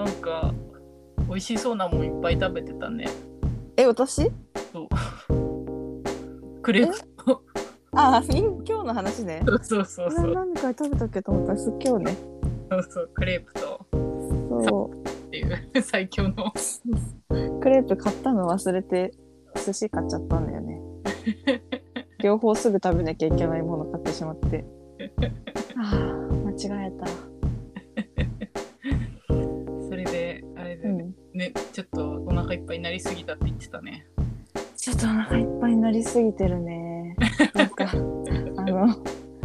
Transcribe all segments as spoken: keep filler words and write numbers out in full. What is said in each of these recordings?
なんか美味しそうなもんいっぱい食べてたね。 え、私？ そうクレープとああ、今日の話ね。 そうそうそうそう何回食べたっけと思ったら今日ね。 そうそうクレープとそっていう最強のう。クレープ買ったの忘れて寿司買っちゃったんだよね。両方すぐ食べなきゃいけないもの買ってしまって。ああ、間違えた。 それであれで、ねうん、 ね、ちょっとお腹いっぱいになりすぎたって言ってたね。 ちょっとお腹いっぱいになりすぎてるね。なんかあのはい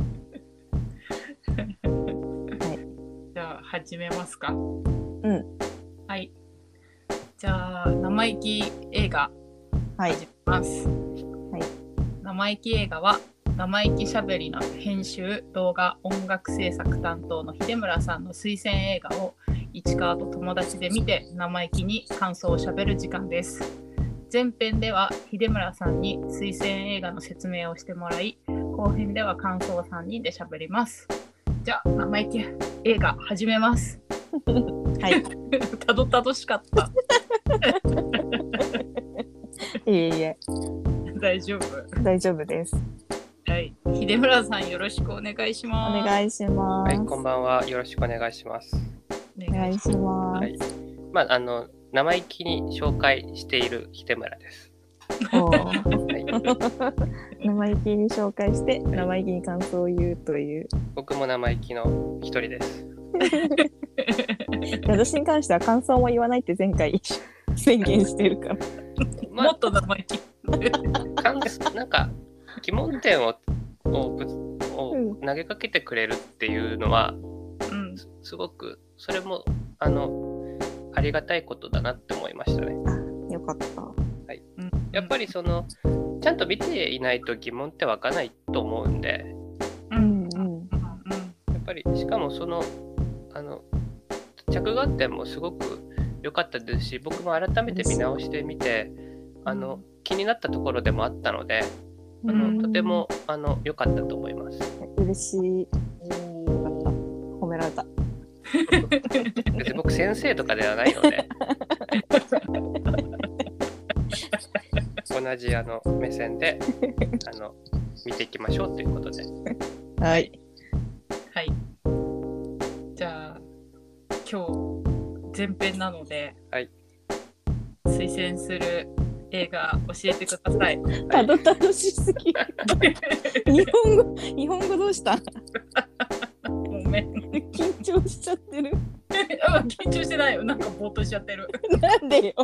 じゃあ始めますか。 うんはい。じゃあ生意気映画はい始めます。 はい。 生意気映画は生意気しゃべりの編集、動画、音楽制作担当の秀村さんの推薦映画を市川と友達で見て生意気に感想をしゃべる時間です。前編では秀村さんに推薦映画の説明をしてもらい、後編では感想をさんにんでしゃべります。じゃあ生意気映画始めます。 はいたどたどしかったいえいえ大丈夫大丈夫です。 はい、秀村さんよろしくお願いします。 お願いします。 はい、こんばんは。よろしくお願いします。 お願いします。 はい、まああの生意気に紹介している秀村です。 おはい、 生意気に紹介して生意気に感想を言うという。 僕も生意気の一人です。 私に関しては感想も言わないって前回宣言してるから。 まあ、もっと生意気。 かんなんか疑問点ををを投げかけてくれるっていうのは、うん、すごくそれもあのありがたいことだなって思いましたね。 よかった。 はい。やっぱりそのちゃんと見ていないと疑問って湧かないと思うんで、 うんうん、 やっぱりしかもそのあの着眼点もすごく良かったですし、僕も改めて見直してみてあの気になったところでもあったので、あのとてもあの良かったと思います。 嬉しい。よかった。褒められた。 別に僕先生とかではないので同じあの目線であの見ていきましょうということで。 はいはい。じゃあ今日前編なので、 はい、 推薦する映画教えてください。 たどたどしすぎる。日本語日本語どうした？ ごめん。 緊張しちゃってる。 緊張してないよ。なんかぼーっとしちゃってる。 なんでよ。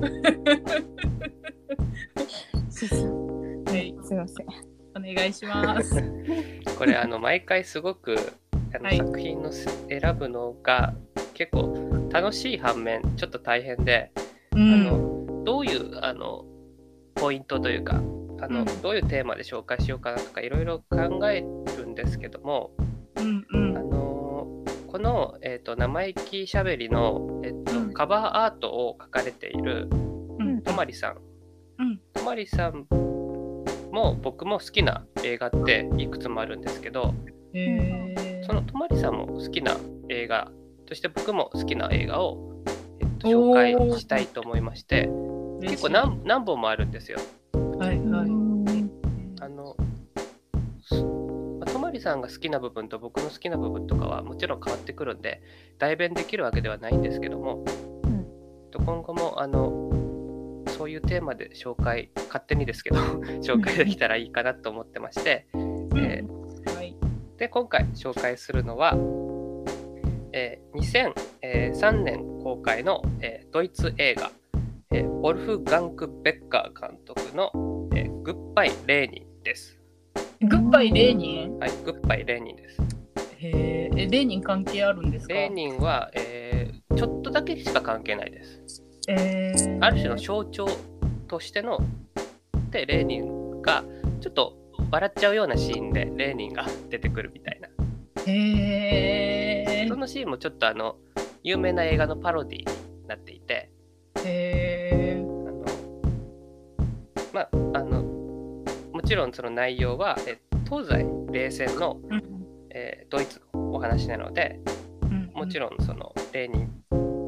はい、 すいません。 お願いします。 これあの毎回すごくあの、はい、作品の選ぶのが結構楽しい反面ちょっと大変で、うん、あのどういうあのポイントというかあの、うん、どういうテーマで紹介しようかなとかいろいろ考えるんですけども、うんうん、あのこの、えーと、生意気しゃべりの、えーとうん、カバーアートを描かれているとまりさん、とまりさんも僕も好きな映画っていくつもあるんですけど、へー、そのとまりさんも好きな映画として僕も好きな映画を、えっと、紹介したいと思いまして、結構 何, 何本もあるんですよ。はいはい。あのとまりさんが好きな部分と僕の好きな部分とかはもちろん変わってくるんで代弁できるわけではないんですけども、うん、今後もあのそういうテーマで紹介勝手にですけど紹介できたらいいかなと思ってまして、うんえーはい、で今回紹介するのは、えー、にせんさんねん公開の、えー、ドイツ映画、えー、ウォルフガンク・ベッカー監督の、えー、グッバイ・レーニンです。 グッバイ・レーニン？ はい、グッバイ・レーニンです。 へー、レーニン関係あるんですか？ レーニンは、えー、ちょっとだけしか関係ないです。 えー、 ある種の象徴としてのでレーニンがちょっと笑っちゃうようなシーンでレーニンが出てくるみたいな。 へー、 そのシーンもちょっとあの有名な映画のパロディになっていて、 へー、 あのまああのもちろんその内容はえ東西冷戦の、うんえー、ドイツのお話なので、うん、もちろんそのレーニン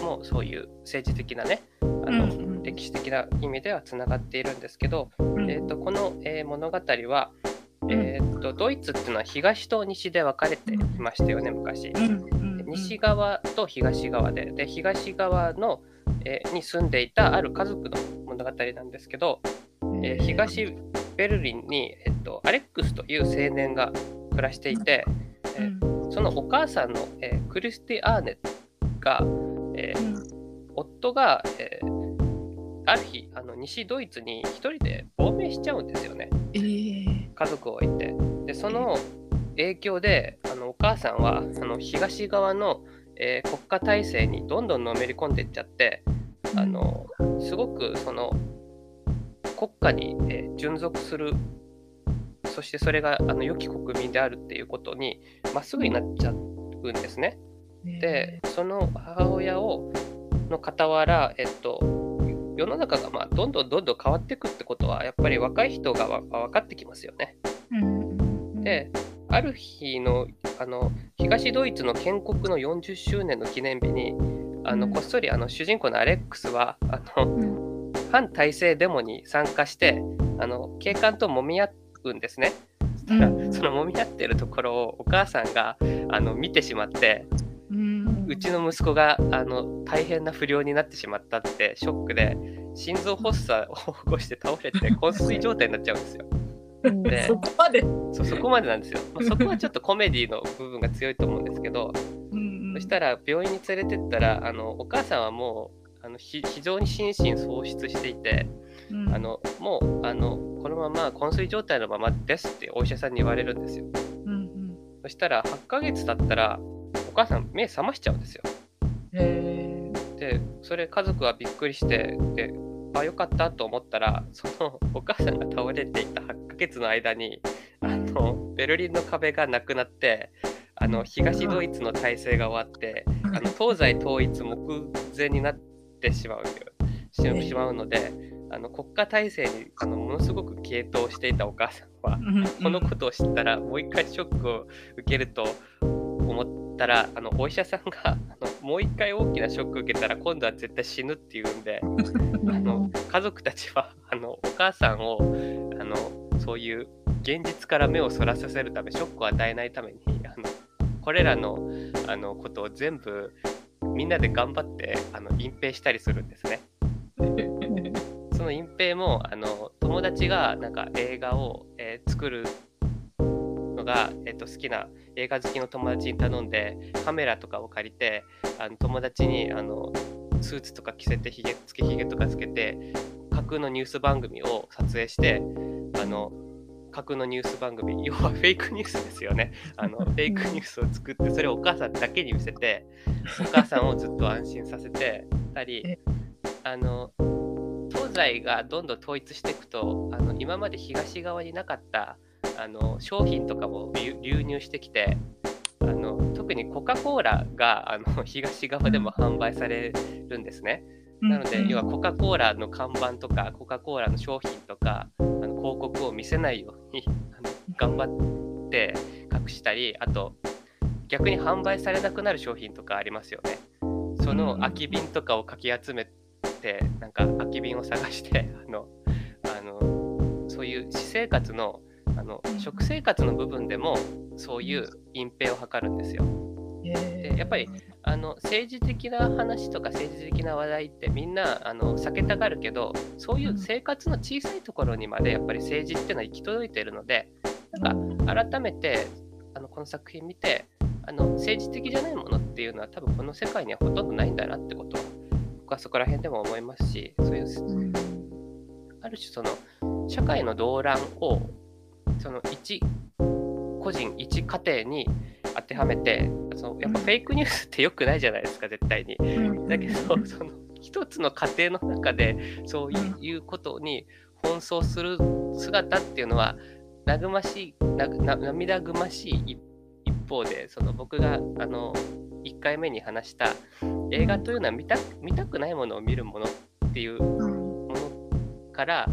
もそういう政治的なねあの、 うんうん、 歴史的な意味ではつながっているんですけど、 うん、 えー、とこの、えー、物語は、えー、とドイツっていうのは東と西で分かれていましたよね昔、 うんうん、 西側と東側で、で東側の、えー、に住んでいたある家族の物語なんですけど、えー、東ベルリンに、えー、とアレックスという青年が暮らしていて、えー、そのお母さんの、えー、クリスティアーネが、えーうん、夫が、えー、ある日あの西ドイツに一人で亡命しちゃうんですよね、 えー、 家族を置いて。でその影響であのお母さんはあの東側の、えー、国家体制にどんどんのめり込んでいっちゃって、あのすごくその国家に、えー、順属する、そしてそれがあの良き国民であるっていうことにまっすぐになっちゃうんですね。でその母親をの傍ら、えっと、世の中がまあどんどんどんどん変わっていくってことはやっぱり若い人がわ分かってきますよね。である日の、あの東ドイツの建国のよんじゅっしゅうねんの記念日にあのこっそりあの主人公のアレックスはあの反体制デモに参加してあの警官と揉み合うんですね。そしたらその揉み合ってるところをお母さんがあの見てしまって、うちの息子があの大変な不良になってしまったってショックで心臓発作を起こして倒れて昏睡状態になっちゃうんですよ。でそこまでそうそこまでなんですよ、まあ、そこはちょっとコメディの部分が強いと思うんですけどうんそしたら病院に連れてったらあのお母さんはもうあの非常に心身喪失していて、うん、あのもうあのこのまま昏睡状態のままですってお医者さんに言われるんですよ、うんうん、そしたらはちかげつ経ったらお母さん目覚ましちゃうんですよ。へー。でそれ家族はびっくりしてであよかったと思ったらそのお母さんが倒れていたはちかげつの間にあのベルリンの壁がなくなってあの東ドイツの体制が終わってあの東西統一目前になってしまうしまうのであの国家体制にあのものすごく傾倒していたお母さんはこのことを知ったらもう一回ショックを受けると思ったらあのお医者さんがあのもう一回大きなショック受けたら今度は絶対死ぬっていうんであの家族たちはあのお母さんをあのそういう現実から目をそらさせるためショックを与えないためにあのこれらのあのことを全部みんなで頑張ってあの隠蔽したりするんですね。その隠蔽もあの友達がなんか映画を、えー、作るのが、えー、と好きな映画好きの友達に頼んでカメラとかを借りてあの友達にあのスーツとか着せてひげつけひげとかつけて架空のニュース番組を撮影してあの架空のニュース番組要はフェイクニュースですよね。あのフェイクニュースを作ってそれをお母さんだけに見せてお母さんをずっと安心させてたりあの東西がどんどん統一していくとあの今まで東側になかったあの商品とかも流入してきてあの特にコカ・コーラがあの東側でも販売されるんですね。なので要はコカ・コーラの看板とかコカ・コーラの商品とかあの広告を見せないようにあの頑張って隠したりあと逆に販売されなくなる商品とかありますよね。その空き瓶とかをかき集めてなんか空き瓶を探してあのあのそういう私生活のあの食生活の部分でもそういう隠蔽を図るんですよ。でやっぱりあの政治的な話とか政治的な話題ってみんなあの避けたがるけどそういう生活の小さいところにまでやっぱり政治っていうのは行き届いているのでなんか改めてあのこの作品見てあの政治的じゃないものっていうのは多分この世界にはほとんどないんだなってことを僕はそこら辺でも思いますしそういうある種その社会の動乱をその一個人一家庭に当てはめてそのやっぱフェイクニュースって良くないじゃないですか絶対に。だけどその一つの家庭の中でそういうことに奔走する姿っていうのはなぐましいなな涙ぐましい一方でその僕があのいっかいめに話した映画というのは見た、見たくないものを見るものっていうものから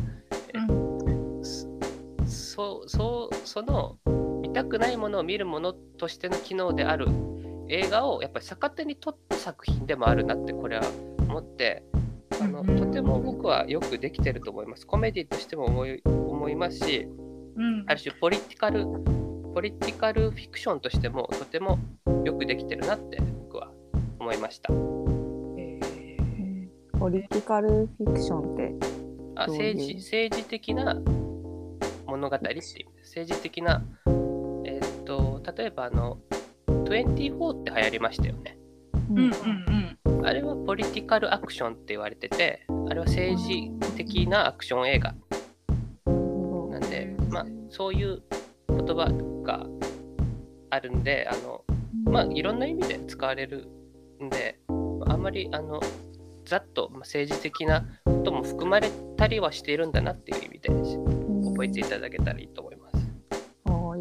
そ, そ, その見たくないものを見るものとしての機能である映画をやっぱり逆手に取った作品でもあるなってこれは思って、あのとても僕はよくできてると思います。コメディとしても思い、思いますし、 うん、 ある種ポリティカルポリティカルフィクションとしてもとてもよくできてるなって僕は思いました。 えー、ポリティカルフィクションってあ政治政治的な物語っていう政治的な、えー、っと例えばあのにじゅうよんって流行りましたよね。 うんうんうん、あれはポリティカルアクションって言われてて、あれは政治的なアクション映画なんで、まあそういう言葉があるんで、あのまあいろんな意味で使われるんで、あんまりあのざっと政治的なことも含まれたりはしているんだなっていう意味で覚えていただけたらいいと思います。 はい。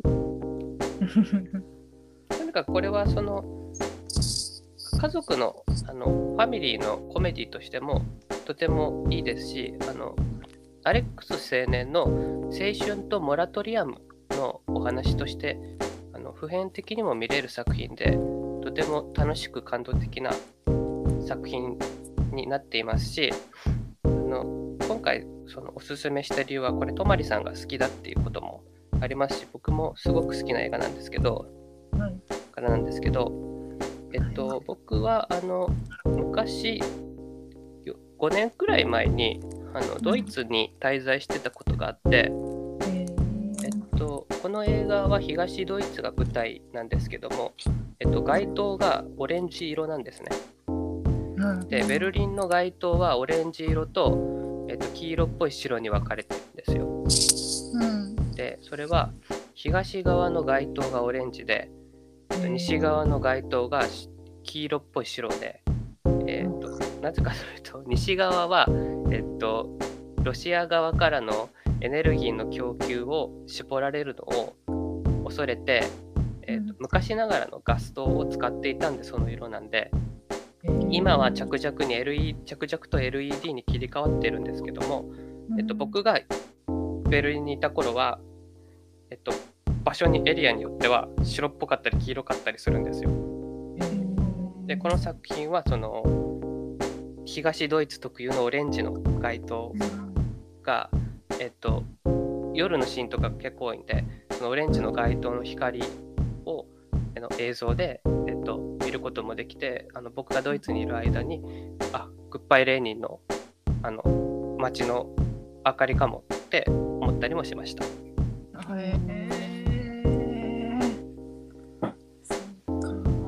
とにかくこれはその家族の、あのファミリーのコメディとしてもとてもいいですし、あのアレックス青年の青春とモラトリアムのお話としてあの普遍的にも見れる作品で、とても楽しく感動的な作品になっていますし、あの今回そのおすすめした理由はこれ、とまりさんが好きだっていうこともありますし、僕もすごく好きな映画なんですけど、 はい、 からなんですけど、えっと僕はあの昔ごねんくらい前にあのドイツに滞在してたことがあって、えっとこの映画は東ドイツが舞台なんですけども、えっと街灯がオレンジ色なんですね。でベルリンの街灯はオレンジ色と、えっと、黄色っぽい白に分かれてるんですよ。うん、でそれは東側の街灯がオレンジで、えっと、西側の街灯が黄色っぽい白で、えっと、なぜかというと西側は、えっと、ロシア側からのエネルギーの供給を絞られるのを恐れて、えっと、昔ながらのガス灯を使っていたんでその色なんで、今は着々に エルイーディー 着々と エルイーディー に切り替わってるんですけども、えっと、僕がベルリンにいた頃は、えっと、場所にエリアによっては白っぽかったり黄色かったりするんですよ。でこの作品はその東ドイツ特有のオレンジの街灯が、えっと、夜のシーンとか結構多いんで、そのオレンジの街灯の光をの映像で、えっと、見ることもできて、あの僕がドイツにいる間にあグッバイレーニンのあの街の明かりかもって思ったりもしました。 へえー、そっか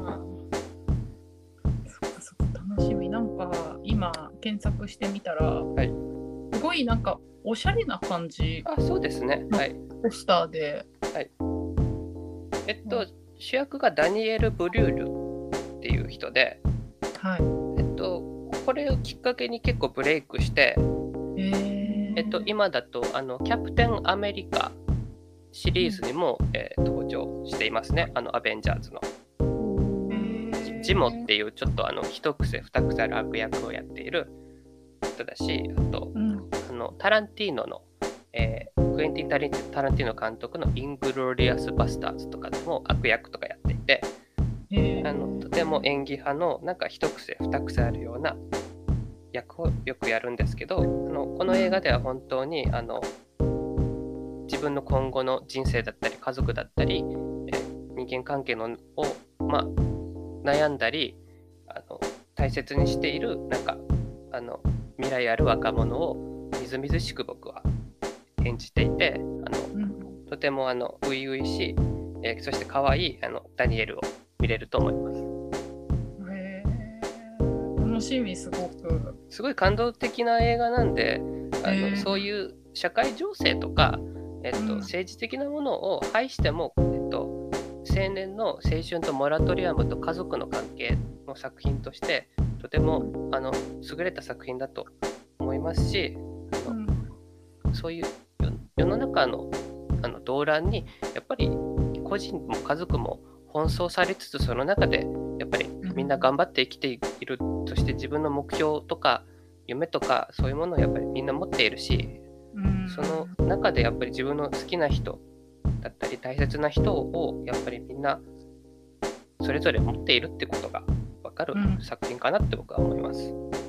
そっかそっか、楽しみ。なんか今検索してみたら、はい、すごいなんかおしゃれな感じ。 あ、そうですね。はい。 ポスターで。 はい。えっと、うん、主役がダニエル・ブリュールっていう人で、はい、えっとこれをきっかけに結構ブレイクして、えっと今だとあのキャプテンアメリカシリーズにも、えー、登場していますね。あのアベンジャーズのジモっていうちょっとあの一癖二癖ある悪役をやっている人だし、あと、うん、あのタランティーノの、えー、クエンティン・タランティーノ監督のイングロリアス・バスターズとかでも悪役とかやっていて、あのとても演技派のなんか一癖二癖あるような役をよくやるんですけど、あのこの映画では本当にあの自分の今後の人生だったり家族だったり、え人間関係のを、まあ、悩んだりあの大切にしているなんかあの未来ある若者をみずみずしく僕は演じていて、あの、うん、とてもあの初々しい、えー、そして可愛いあのダニエルを見れると思います。 へー、楽しみ。すごくすごい感動的な映画なんで、あのそういう社会情勢とか、えっと、うん、政治的なものを排しても、えっと、青年の青春とモラトリアムと家族の関係の作品としてとてもあの優れた作品だと思いますし、あの、うん、そういう世の中の、あの動乱にやっぱり個人も家族も奔走されつつ、その中でやっぱりみんな頑張って生きている、うん、そして自分の目標とか夢とかそういうものをやっぱりみんな持っているし、うん、その中でやっぱり自分の好きな人だったり大切な人をやっぱりみんなそれぞれ持っているってことが分かるうん作品かなって僕は思います。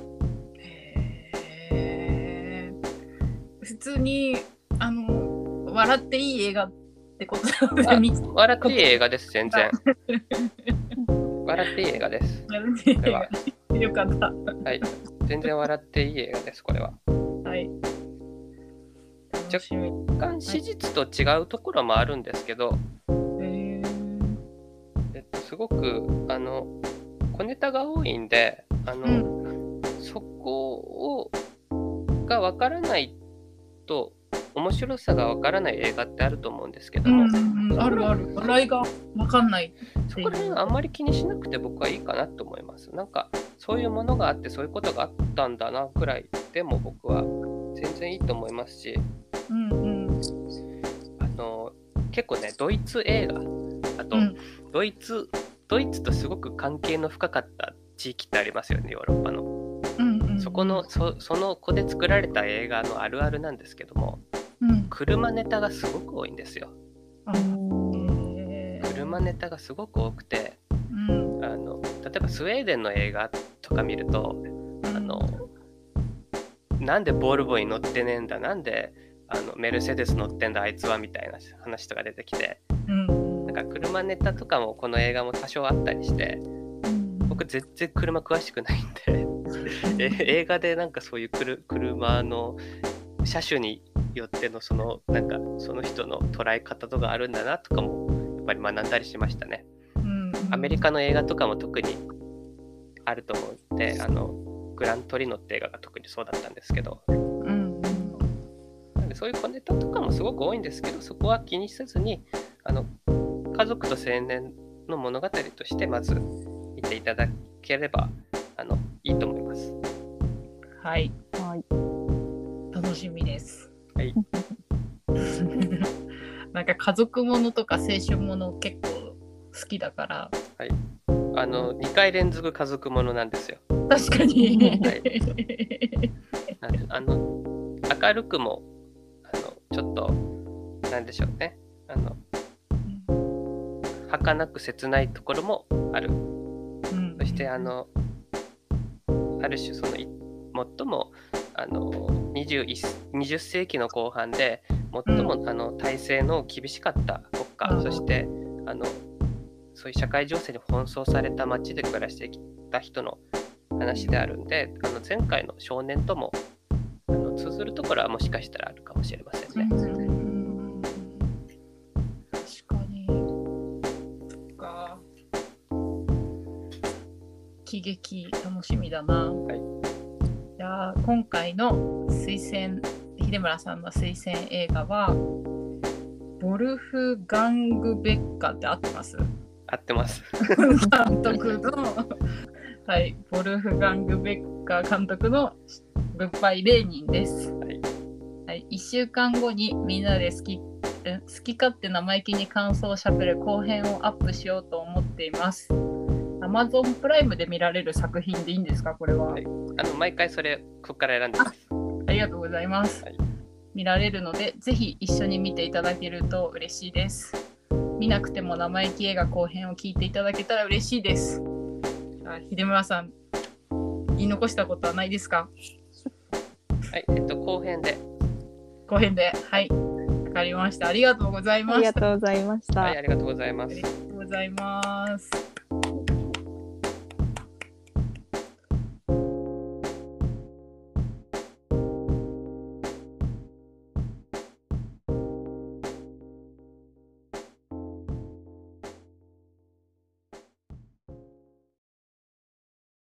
へー普通にあの笑っていい映画ってことなあので見笑っていい映画です、全然。笑っていい映画です。 笑っていい映これは画よかった。 はい。全然笑っていい映画です、これは。 はい。楽しみ。 若干史実と違うところもあるんですけど、 へーえっと、すごくあの小ネタが多いんで、あの、 うんそこをが分からないと面白さが分からない映画ってあると思うんですけども、 うんうんうん、あるある。笑いがわかんない。 そこら辺あんまり気にしなくて僕はいいかなと思います。なんかそういうものがあってそういうことがあったんだなくらいでも僕は全然いいと思いますし、 うんうんあの結構ねドイツ映画、あと、 うんドイツドイツとすごく関係の深かった地域ってありますよね、ヨーロッパの。 うんうん、 そこの そ, その子で作られた映画のあるあるなんですけども、 うん、 車ネタがすごく多いんですよ。 あへー車ネタがすごく多くて、 うんあの例えばスウェーデンの映画とか見ると、あのなんでボルボに乗ってねえんだ、なんであのメルセデス乗ってんだあいつはみたいな話とか出てきて、 うんなんか車ネタとかもこの映画も多少あったりして、僕全然車詳しくないんでえ映画でなんかそういうくる車の車種によってのそのなんかその人の捉え方とかあるんだなとかもやっぱり学んだりしましたね。 うんアメリカの映画とかも特にあると思うんで、あのグラントリノって映画が特にそうだったんですけど、 うんなんでそういう小ネタとかもすごく多いんですけど、そこは気にせずにあの家族と青年の物語としてまず見ていただければあのいいと思います。 はい、 はい。 楽しみです。 はい。 なんか家族ものとか青春もの結構好きだからあのにかい連続家族ものなんですよ。 確かに、 はいなんであの明るくもあのちょっとなんでしょうね、あの儚く切ないところもある。 うんそしてあのある種そのい最もあの 20, 20世紀の後半で最も、うん、あの体制の厳しかった国家、そしてあのそういう社会情勢に奔走された街で暮らしてきた人の話であるんで、あの前回の少年ともあの通ずるところはもしかしたらあるかもしれませんね。 うん確かに。そっか。喜劇楽しみだな。 はい。 じゃあ今回の推薦、秀村さんの推薦映画はボルフガング・ベッカって合ってます？ 合ってます。 監督のはい、ボルフガング・ベッカ監督のグッバイ・レーニンです。 はいはい、いっしゅうかんごにみんなで好き、好き勝手生意気に感想をしゃべる後編をアップしようと思っています。Amazon プライムで見られる作品でいいんですか、これは？ はい、あの毎回それここから選んでます。 ありがとうございます。はい、見られるのでぜひ一緒に見ていただけると嬉しいです。見なくても生意気映画後編を聞いていただけたら嬉しいです。あ、秀村さん、言い残したことはないですか？ はい、えっと後編で。 後編で、はい、わかりました。ありがとうございました。 ありがとうございました。 はい、ありがとうございます。 ありがとうございます。